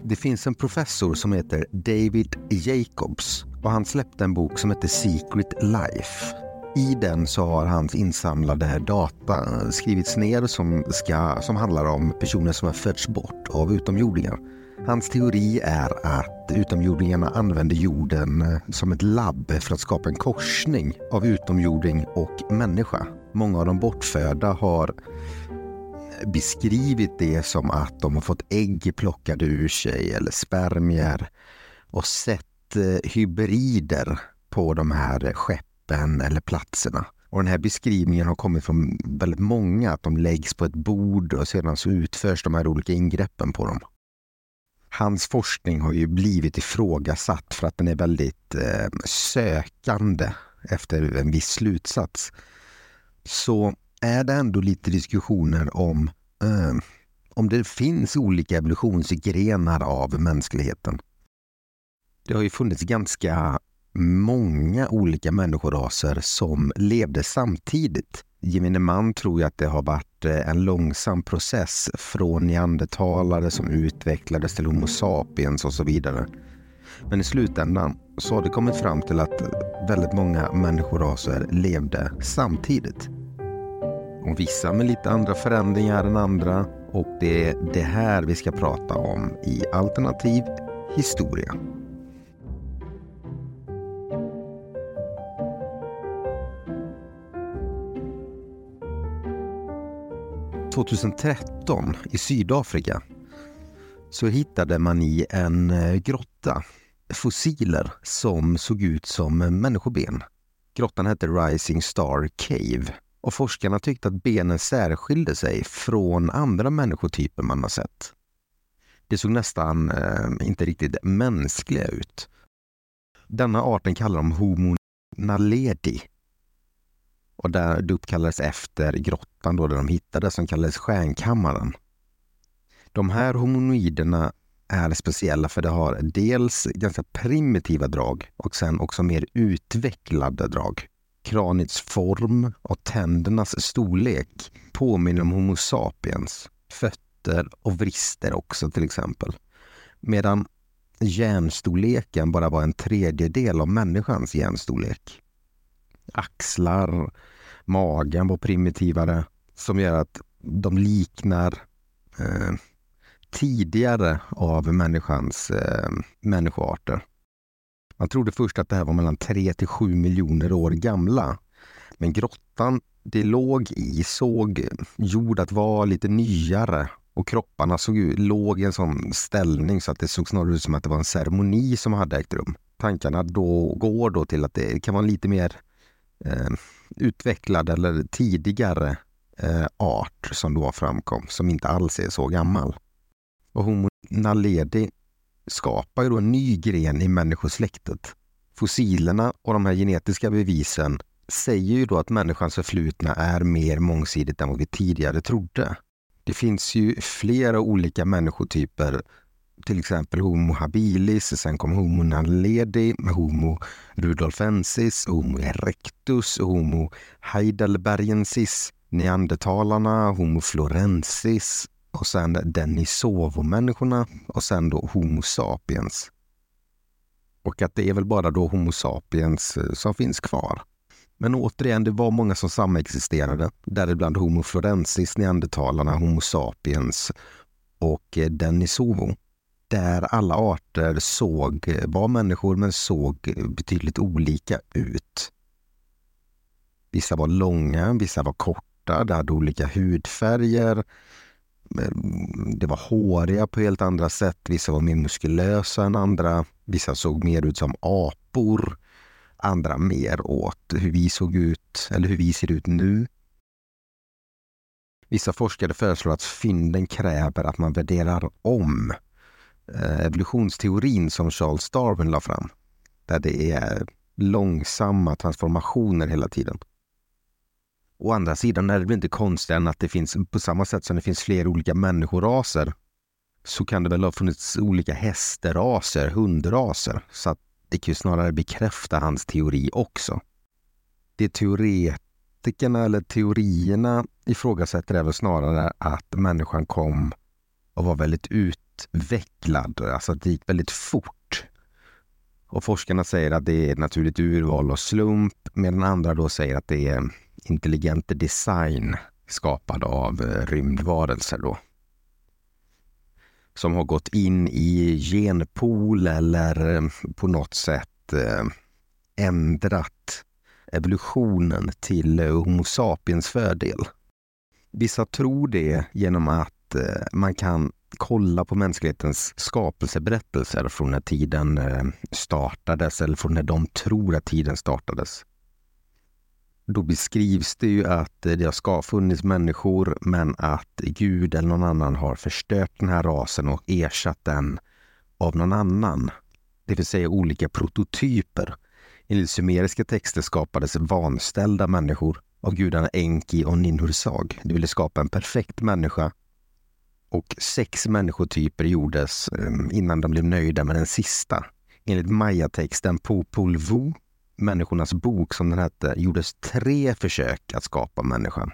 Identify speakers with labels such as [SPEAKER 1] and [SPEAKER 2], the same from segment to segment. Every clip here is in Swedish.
[SPEAKER 1] Det finns en professor som heter David Jacobs och han släppte en bok som heter Secret Life. I den så har hans insamlade data skrivits ner som handlar om personer som har fötts bort av utomjordingar. Hans teori är att utomjordingarna använder jorden som ett labb för att skapa en korsning av utomjording och människa. Många av de bortfödda har beskrivit det som att de har fått ägg plockade ur sig eller spermier och sett hybrider på de här skeppen eller platserna. Och den här beskrivningen har kommit från väldigt många, att de läggs på ett bord och sedan så utförs de här olika ingreppen på dem. Hans forskning har ju blivit ifrågasatt för att den är väldigt sökande efter en viss slutsats. Så är det ändå lite diskussioner om det finns olika evolutionsgrenar av mänskligheten. Det har ju funnits ganska många olika människoraser som levde samtidigt. Gemene man tror ju att det har varit en långsam process från neandertalare som utvecklades till Homo sapiens och så vidare. Men i slutändan så har det kommit fram till att väldigt många människoraser levde samtidigt. Och vissa med lite andra förändringar än andra. Och det är det här vi ska prata om i Alternativ historia. År 2013 i Sydafrika så hittade man i en grotta fossiler som såg ut som människoben. Grottan hette Rising Star Cave och forskarna tyckte att benen särskilde sig från andra människotyper man har sett. Det såg nästan inte riktigt mänskliga ut. Denna arten kallar de Homo naledi. Och det uppkallades efter grottan då där de hittade, som kallades Stjärnkammaren. De här hominoiderna är speciella för det har dels ganska primitiva drag och sen också mer utvecklade drag. Kraniets form och tändernas storlek påminner om Homo sapiens, fötter och vrister också till exempel. Medan hjärnstorleken bara var en tredjedel av människans hjärnstorlek. Axlar, magen var primitivare som gör att de liknar tidigare av människans människoarter. Man trodde först att det här var mellan 3 till 7 miljoner år gamla. Men grottan det låg i såg jord att vara lite nyare och kropparna låg i en sån ställning så att det såg snarare ut som att det var en ceremoni som hade ägt rum. Tankarna går då till att det kan vara lite mer utvecklad eller tidigare art som då framkom som inte alls är så gammal. Och Homo naledi skapar ju då en ny gren i människosläktet. Fossilerna och de här genetiska bevisen säger ju då att människans förflutna är mer mångsidigt än vad vi tidigare trodde. Det finns ju flera olika människotyper, till exempel Homo habilis, sen kom Homo naledi med Homo rudolfensis, Homo erectus, Homo heidelbergensis, neandertalarna, Homo florensis och sen Denisovomänniskorna och sen då Homo sapiens. Och att det är väl bara då Homo sapiens som finns kvar. Men återigen, det var många som samexisterade, däribland Homo florensis, neandertalarna, Homo sapiens och Denisovo. Där alla arter var människor men såg betydligt olika ut. Vissa var långa, vissa var korta, det hade olika hudfärger. Det var håriga på helt andra sätt. Vissa var mer muskulösa än andra. Vissa såg mer ut som apor. Andra mer åt hur vi såg ut eller hur vi ser ut nu. Vissa forskare föreslår att fynden kräver att man värderar om evolutionsteorin som Charles Darwin la fram. Där det är långsamma transformationer hela tiden. Å andra sidan är det inte konstigt än att det finns, på samma sätt som det finns flera olika människoraser, så kan det väl ha funnits olika hästraser, hundraser, så att det kan ju snarare bekräfta hans teori också. Det teoretikerna eller teorierna ifrågasätter är väl snarare att människan kom och var väldigt utvecklad. Alltså att det gick väldigt fort. Och forskarna säger att det är naturligt urval och slump, medan andra då säger att det är intelligent design skapad av rymdvarelser då. Som har gått in i genpool eller på något sätt ändrat evolutionen till Homo sapiens fördel. Vissa tror det genom att man kan kolla på mänsklighetens skapelseberättelser från när tiden startades eller från när de tror att tiden startades. Då beskrivs det ju att det har funnits människor, men att Gud eller någon annan har förstört den här rasen och ersatt den av någon annan. Det vill säga olika prototyper. Enligt sumeriska texter skapades vanställda människor av gudarna Enki och Ninhursag. Det ville skapa en perfekt människa. Och 6 människotyper gjordes innan de blev nöjda med den sista. Enligt Maya-texten Popol Vuh, människornas bok som den hette, gjordes 3 försök att skapa människan.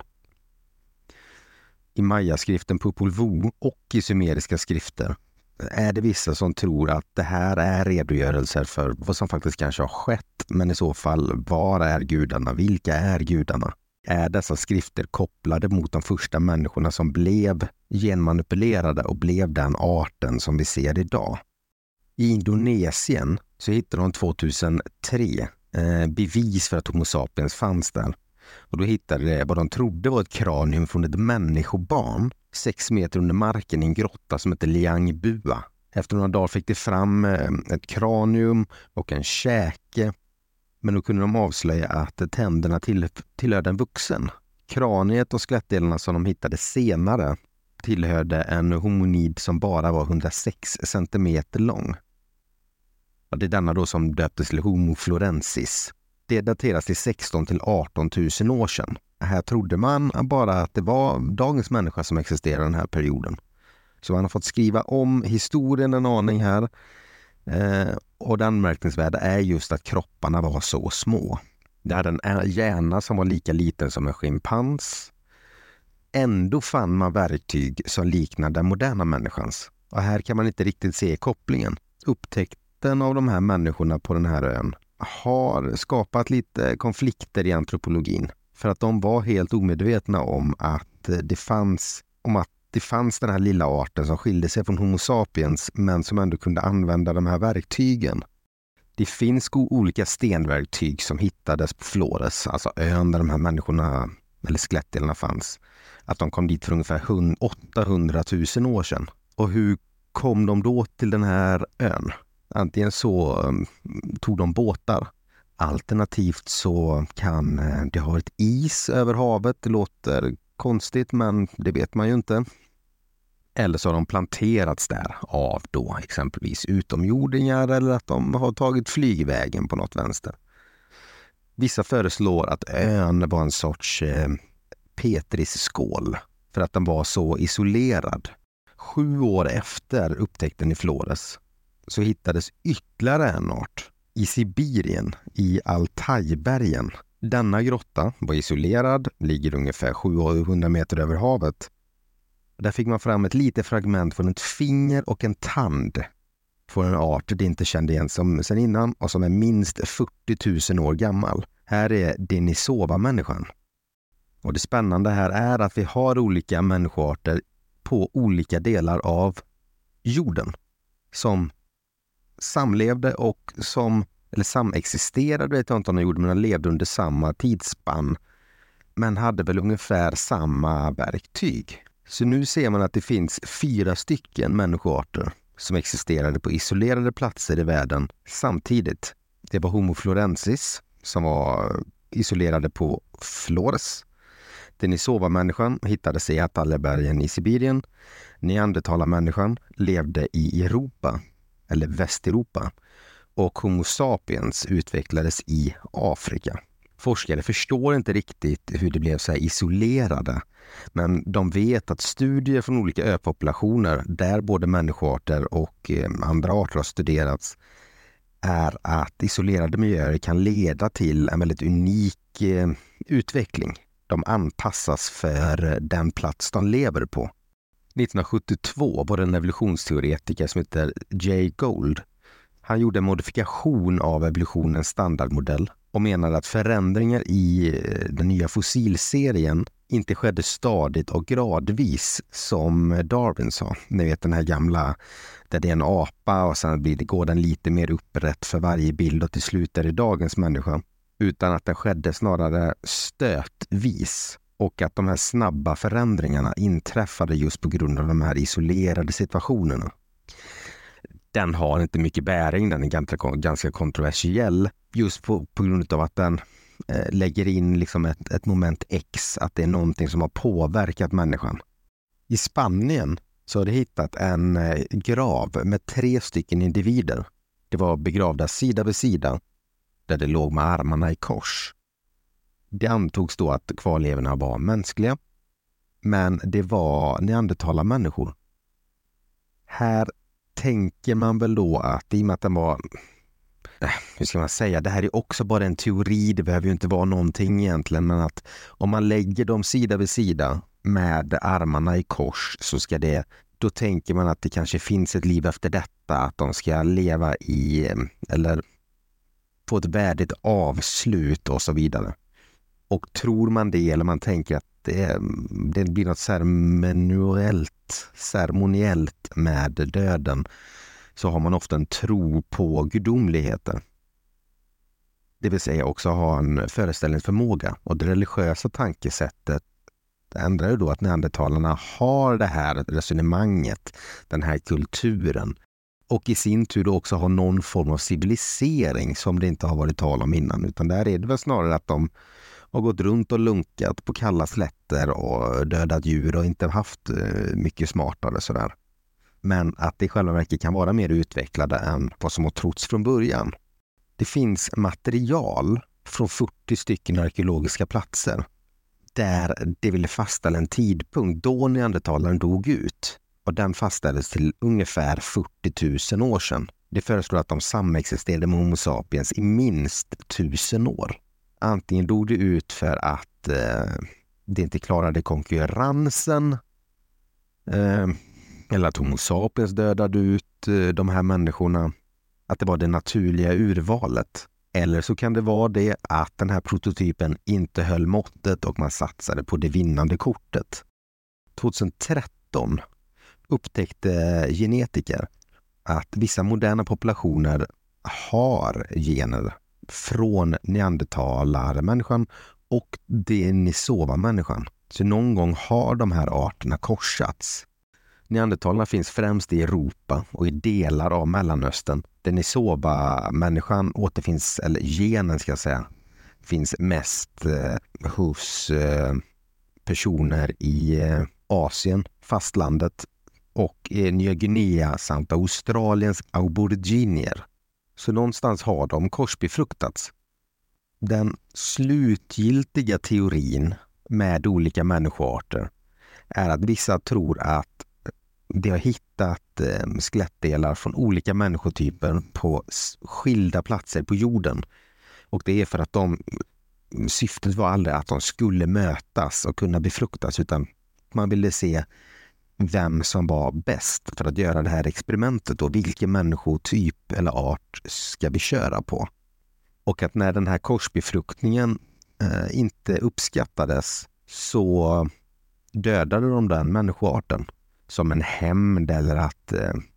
[SPEAKER 1] I Maya-skriften Popol Vuh och i sumeriska skrifter är det vissa som tror att det här är redogörelser för vad som faktiskt kanske har skett, men i så fall, var är gudarna? Vilka är gudarna? Är dessa skrifter kopplade mot de första människorna som blev genmanipulerade och blev den arten som vi ser idag? I Indonesien så hittade de 2003 bevis för att Homo sapiens fanns där. Och då hittade de vad de trodde var ett kranium från ett människobarn 6 meter under marken i en grotta som heter Liang Bua. Efter några dagar fick de fram ett kranium och en käke. Men då kunde de avslöja att tänderna tillhörde en vuxen. Kraniet och skelettdelarna som de hittade senare tillhörde en hominid som bara var 106 centimeter lång. Och det är denna då som döptes till Homo florensis. Det dateras till 16 till 18 000 år sedan. Här trodde man bara att det var dagens människa som existerade den här perioden. Så man har fått skriva om historien en aning här. Och det anmärkningsvärda är just att kropparna var så små. Det hade en hjärna som var lika liten som en schimpans. Ändå fann man verktyg som liknade den moderna människans. Och här kan man inte riktigt se kopplingen. Upptäckten av de här människorna på den här ön har skapat lite konflikter i antropologin. För att de var helt omedvetna om att det fanns den här lilla arten som skilde sig från Homo sapiens, men som ändå kunde använda de här verktygen. Det finns olika stenverktyg som hittades på Flores, alltså ön där de här människorna eller skelettdelarna fanns. Att de kom dit för ungefär 800 000 år sedan. Och hur kom de då till den här ön? Antingen så tog de båtar. Alternativt så kan det ha varit is över havet. Det låter konstigt, men det vet man ju inte. Eller så har de planterats där av då exempelvis utomjordingar, eller att de har tagit flygvägen på något vänster. Vissa föreslår att ön var en sorts Petris-skål för att den var så isolerad. 7 år efter upptäckten i Flores så hittades ytterligare en art i Sibirien, i Altajbergen. Denna grotta var isolerad, ligger ungefär 700 meter över havet. Där fick man fram ett litet fragment från ett finger och en tand från en art det inte kände igen sen innan och som är minst 40 000 år gammal. Här är Denisova-människan. Och det spännande här är att vi har olika människoarter på olika delar av jorden som samlevde och eller samexisterade, vet jag inte om de gjorde, men de levde under samma tidsspann, men hade väl ungefär samma verktyg. Så nu ser man att det finns 4 stycken människoarter som existerade på isolerade platser i världen samtidigt. Det var Homo florensis som var isolerade på Flores. Denisova-människan hittades i Atalbergen i Sibirien. Neandertalarmänniskan levde i Europa, eller Västeuropa. Och Homo sapiens utvecklades i Afrika. Forskare förstår inte riktigt hur det blev så här isolerade. Men de vet att studier från olika öpopulationer, där både människoarter och andra arter har studerats, är att isolerade miljöer kan leda till en väldigt unik utveckling. De anpassas för den plats de lever på. 1972 var det en evolutionsteoretiker som heter Jay Gould. Han gjorde en modifikation av evolutionens standardmodell och menade att förändringar i den nya fossilserien inte skedde stadigt och gradvis som Darwin sa. Ni vet den här gamla, där det är en apa och sen går den lite mer upprätt för varje bild och till slut är det dagens människa. Utan att det skedde snarare stötvis och att de här snabba förändringarna inträffade just på grund av de här isolerade situationerna. Den har inte mycket bäring, den är ganska kontroversiell just på grund av att den lägger in liksom ett moment X, att det är någonting som har påverkat människan. I Spanien så har de hittat en grav med 3 stycken individer. Det var begravda sida vid sida där det låg med armarna i kors. Det antogs då att kvarlevorna var mänskliga, men det var neandertalarmänniskor. Här tänker man väl då att i och med att den var, hur ska man säga, det här är också bara en teori, det behöver ju inte vara någonting egentligen, men att om man lägger dem sida vid sida med armarna i kors så ska det, då tänker man att det kanske finns ett liv efter detta, att de ska leva i, eller få ett värdigt avslut och så vidare. Och tror man det, eller man tänker att det blir något ceremoniellt med döden, så har man ofta en tro på gudomligheter. Det vill säga också ha en föreställningsförmåga. Och det religiösa tankesättet ändrar ju då att neandertalarna har det här resonemanget, den här kulturen. Och i sin tur då också har någon form av civilisering som det inte har varit tal om innan. Utan där är det väl snarare att de har gått runt och lunkat på kalla slätter och dödat djur och inte haft mycket smartare sådär. Men att det i själva verket kan vara mer utvecklade än vad som har trotts från början. Det finns material från 40 stycken arkeologiska platser där det ville fastställa en tidpunkt då neandertalaren dog ut. Och den fastställdes till ungefär 40 000 år sedan. Det föreslår att de samexisterade med Homo sapiens i minst 1000 år. Antingen dog det ut för att det inte klarade konkurrensen, eller att Homo sapiens dödade ut de här människorna, att det var det naturliga urvalet. Eller så kan det vara det att den här prototypen inte höll måttet och man satsade på det vinnande kortet. 2013 upptäckte genetiker att vissa moderna populationer har gener från neandertalarmänniskan och denisova-människan. Så någon gång har de här arterna korsats. Neandertalarna finns främst i Europa och i delar av Mellanöstern. Denisova-människan återfinns, eller genen ska jag säga, finns mest hos personer i Asien, fastlandet och i Nya Guinea samt Australiens aboriginer. Så någonstans har de korsbefruktats. Den slutgiltiga teorin med olika människoarter är att vissa tror att de har hittat skelettdelar från olika människotyper på skilda platser på jorden. Och det är för att syftet var aldrig att de skulle mötas och kunna befruktas, utan man ville se vem som var bäst för att göra det här experimentet och vilken människotyp eller art ska vi köra på. Och att när den här korsbefruktningen inte uppskattades så dödade de den människoarten som en hämnd, eller att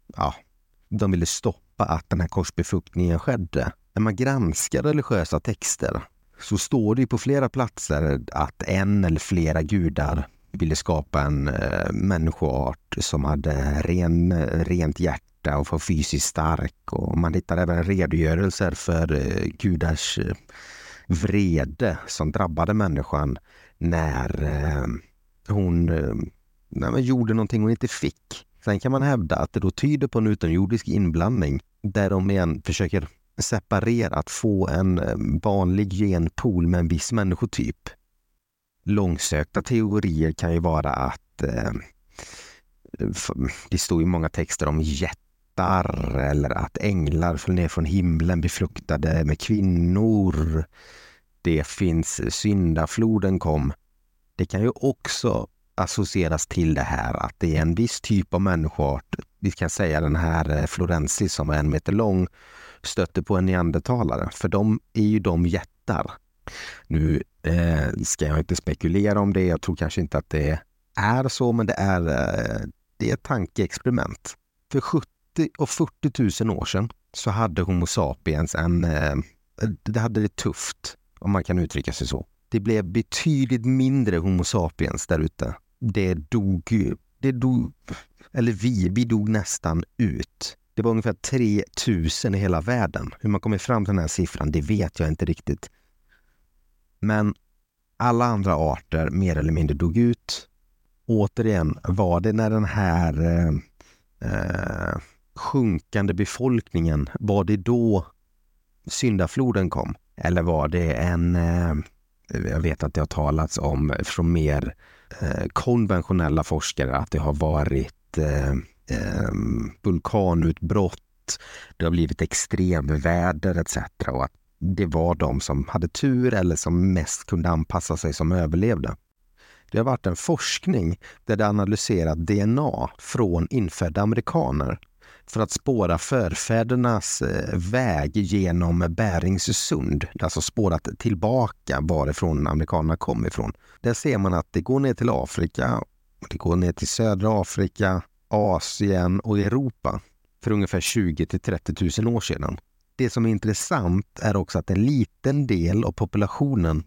[SPEAKER 1] de ville stoppa att den här korsbefruktningen skedde. När man granskar religiösa texter så står det på flera platser att en eller flera gudar ville skapa en människoart som hade rent hjärta och var fysiskt stark. Och man hittar även redogörelser för gudars vrede som drabbade människan när hon gjorde någonting hon inte fick. Sen kan man hävda att det då tyder på en utomjordisk inblandning där de igen försöker separera, att få en vanlig genpool med en viss människotyp. Långsökta teorier kan ju vara att det står i många texter om jättar eller att änglar föll ner från himlen befruktade med kvinnor. Det finns syndafloden kom. Det kan ju också associeras till det här att det är en viss typ av människoart. Vi kan säga den här florensis som var 1 meter lång stötte på en neandertalare. För de är ju de jättar. Nu ska jag inte spekulera om det. Jag tror kanske inte att det är så, men det är ett tankeexperiment. För 70 och 40 000 år sedan så hade Homo sapiens det hade det tufft, om man kan uttrycka sig så. Det blev betydligt mindre Homo sapiens där ute. Vi dog nästan ut. Det var ungefär 3000 i hela världen. Hur man kommer fram till den här siffran, det vet jag inte riktigt. Men alla andra arter mer eller mindre dog ut. Återigen, var det när den här sjunkande befolkningen, var det då syndafloden kom? Eller var det jag vet att det har talats om från mer konventionella forskare att det har varit vulkanutbrott, det har blivit extremväder etc. Och att det var de som hade tur eller som mest kunde anpassa sig som överlevde. Det har varit en forskning där det analyserat DNA från infödda amerikaner för att spåra förfädernas väg genom Beringsund. Alltså spårat tillbaka varifrån amerikanerna kom ifrån. Där ser man att det går ner till Afrika, det går ner till södra Afrika, Asien och Europa för ungefär 20 till 30 000 år sedan. Det som är intressant är också att en liten del av populationen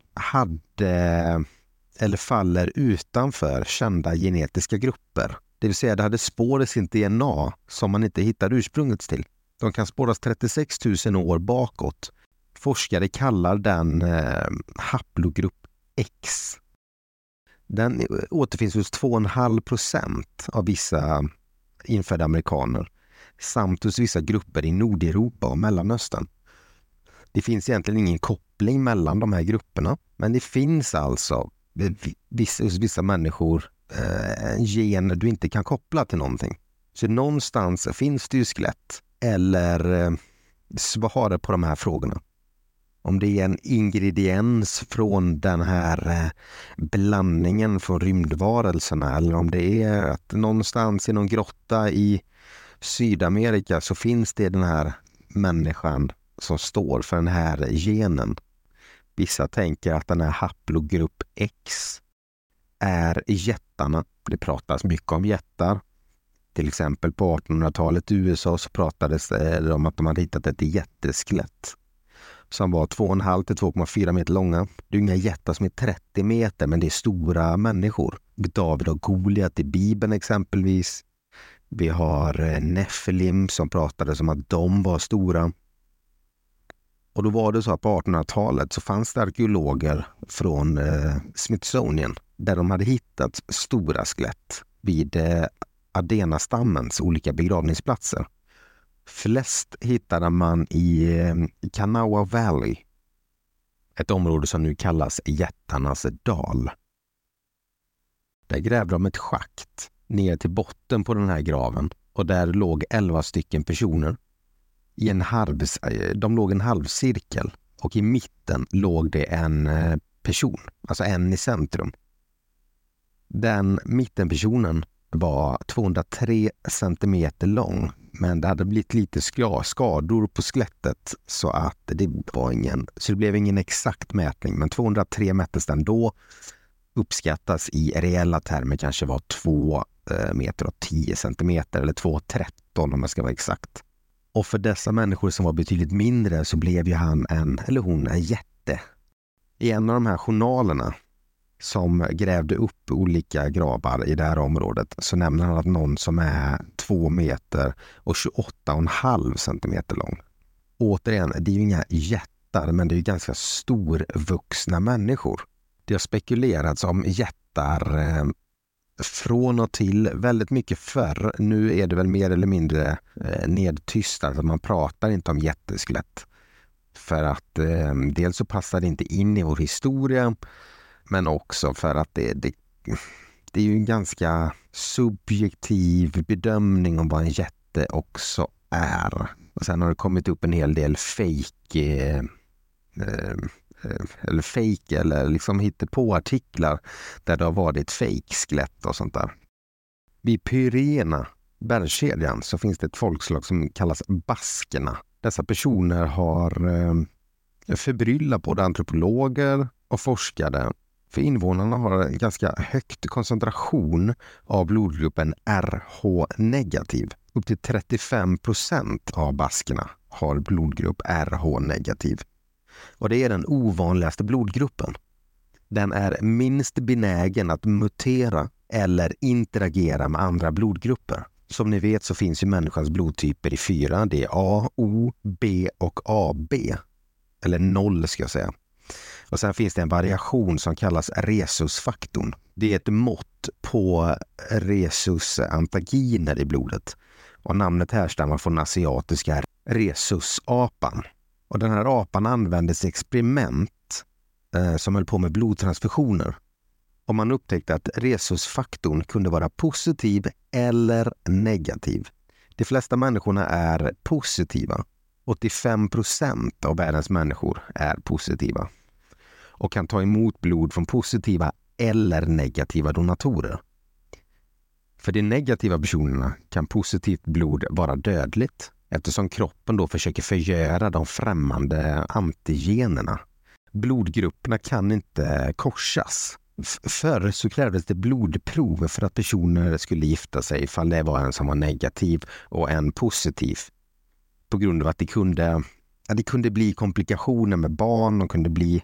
[SPEAKER 1] faller utanför kända genetiska grupper. Det vill säga det hade spår i sin DNA som man inte hittar ursprunget till. De kan spåras 36 000 år bakåt. Forskare kallar den haplogrupp X. Den återfinns hos 2,5% av vissa infödda amerikaner samt hos vissa grupper i Nordeuropa och Mellanöstern. Det finns egentligen ingen koppling mellan de här grupperna, men det finns alltså hos vissa människor en gen du inte kan koppla till någonting. Så någonstans finns det ju skelett eller svar på de här frågorna. Om det är en ingrediens från den här blandningen från rymdvarelserna eller om det är att någonstans i någon grotta i Sydamerika så finns det den här människan som står för den här genen. Vissa tänker att den här haplogrupp X är jättarna. Det pratas mycket om jättar. Till exempel på 1800-talet i USA så pratades det om att de hade hittat ett jätteskelett som var 2,5 till 2,4 meter långa. Det är inga jättar som är 30 meter, men det är stora människor. David och Goliat i Bibeln exempelvis. Vi har Nephilim som pratade om att de var stora. Och då var det så att på 1800-talet så fanns det arkeologer från Smithsonian där de hade hittat stora skelett vid Adena-stammens olika begravningsplatser. Flest hittade man i Kanawha Valley, ett område som nu kallas Jättarnas dal. Där grävde de ett schakt ner till botten på den här graven och där låg 11 stycken personer. De låg en halvcirkel och i mitten låg det en person, alltså en i centrum. Den mittenpersonen var 203 centimeter lång, men det hade blivit lite skador på skelettet så att det blev ingen exakt mätning, men 203 mättes den då. Uppskattas i reella termer kanske var 2 meter och 10 centimeter eller 2,13 om man ska vara exakt. Och för dessa människor som var betydligt mindre så blev ju han hon en jätte. I en av de här journalerna som grävde upp olika gravar i det här området så nämner han att någon som är 2 meter och 28,5 centimeter lång. Återigen, det är ju inga jättar, men det är ju ganska storvuxna människor. Det har spekulerats om jättar från och till väldigt mycket förr. Nu är det väl mer eller mindre nedtystat, att man pratar inte om jätteskelett. För att dels så passar det inte in i vår historia, men också för att det är ju en ganska subjektiv bedömning om vad en jätte också är. Och sen har det kommit upp en hel del fake eller fake eller liksom hittar på artiklar där det har varit fake-skelett och sånt där. Vid Pyrenerna, bergskedjan, så finns det ett folkslag som kallas baskerna. Dessa personer har förbryllat både antropologer och forskare, för invånarna har en ganska högt koncentration av blodgruppen RH-negativ. Upp till 35% av baskerna har blodgrupp RH-negativ. Och det är den ovanligaste blodgruppen. Den är minst benägen att mutera eller interagera med andra blodgrupper. Som ni vet så finns ju människans blodtyper i 4. Det är A, O, B och AB. Eller 0 ska jag säga. Och sen finns det en variation som kallas rhesusfaktorn. Det är ett mått på rhesusantaginer i blodet. Och namnet härstammar från asiatiska rhesusapan. Och den här apan användes i experiment som höll på med blodtransfusioner. Och man upptäckte att rhesusfaktorn kunde vara positiv eller negativ. De flesta människorna är positiva. 85% av världens människor är positiva. Och kan ta emot blod från positiva eller negativa donatorer. För de negativa personerna kan positivt blod vara dödligt, eftersom kroppen då försöker förgöra de främmande antigenerna. Blodgrupperna kan inte korsas. Förr så krävdes det blodprov för att personer skulle gifta sig ifall det var en som var negativ och en positiv. På grund av att det kunde bli komplikationer med barn och kunde bli...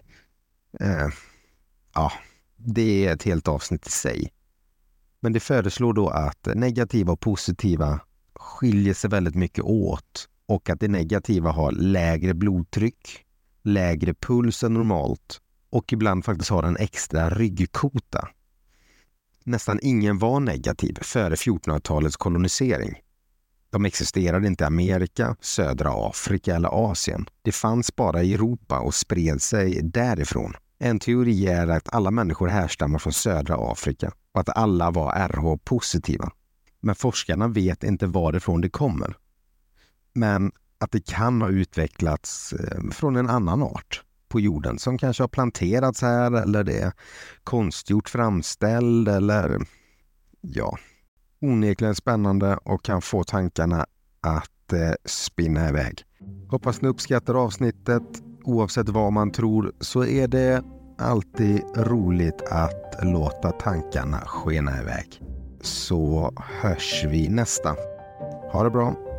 [SPEAKER 1] det är ett helt avsnitt i sig. Men det föreslår då att negativa och positiva skiljer sig väldigt mycket åt och att det negativa har lägre blodtryck, lägre puls än normalt och ibland faktiskt har en extra ryggkota. Nästan ingen var negativ före 1400-talets kolonisering. De existerade inte i Amerika, södra Afrika eller Asien. Det fanns bara i Europa och spred sig därifrån. En teori är att alla människor härstammar från södra Afrika och att alla var RH-positiva. Men forskarna vet inte varifrån det kommer. Men att det kan ha utvecklats från en annan art på jorden som kanske har planterats här eller det är konstgjort framställd eller onekligen spännande och kan få tankarna att spinna iväg. Hoppas ni uppskattar avsnittet. Oavsett vad man tror så är det alltid roligt att låta tankarna skena iväg. Så hörs vi nästa. Ha det bra!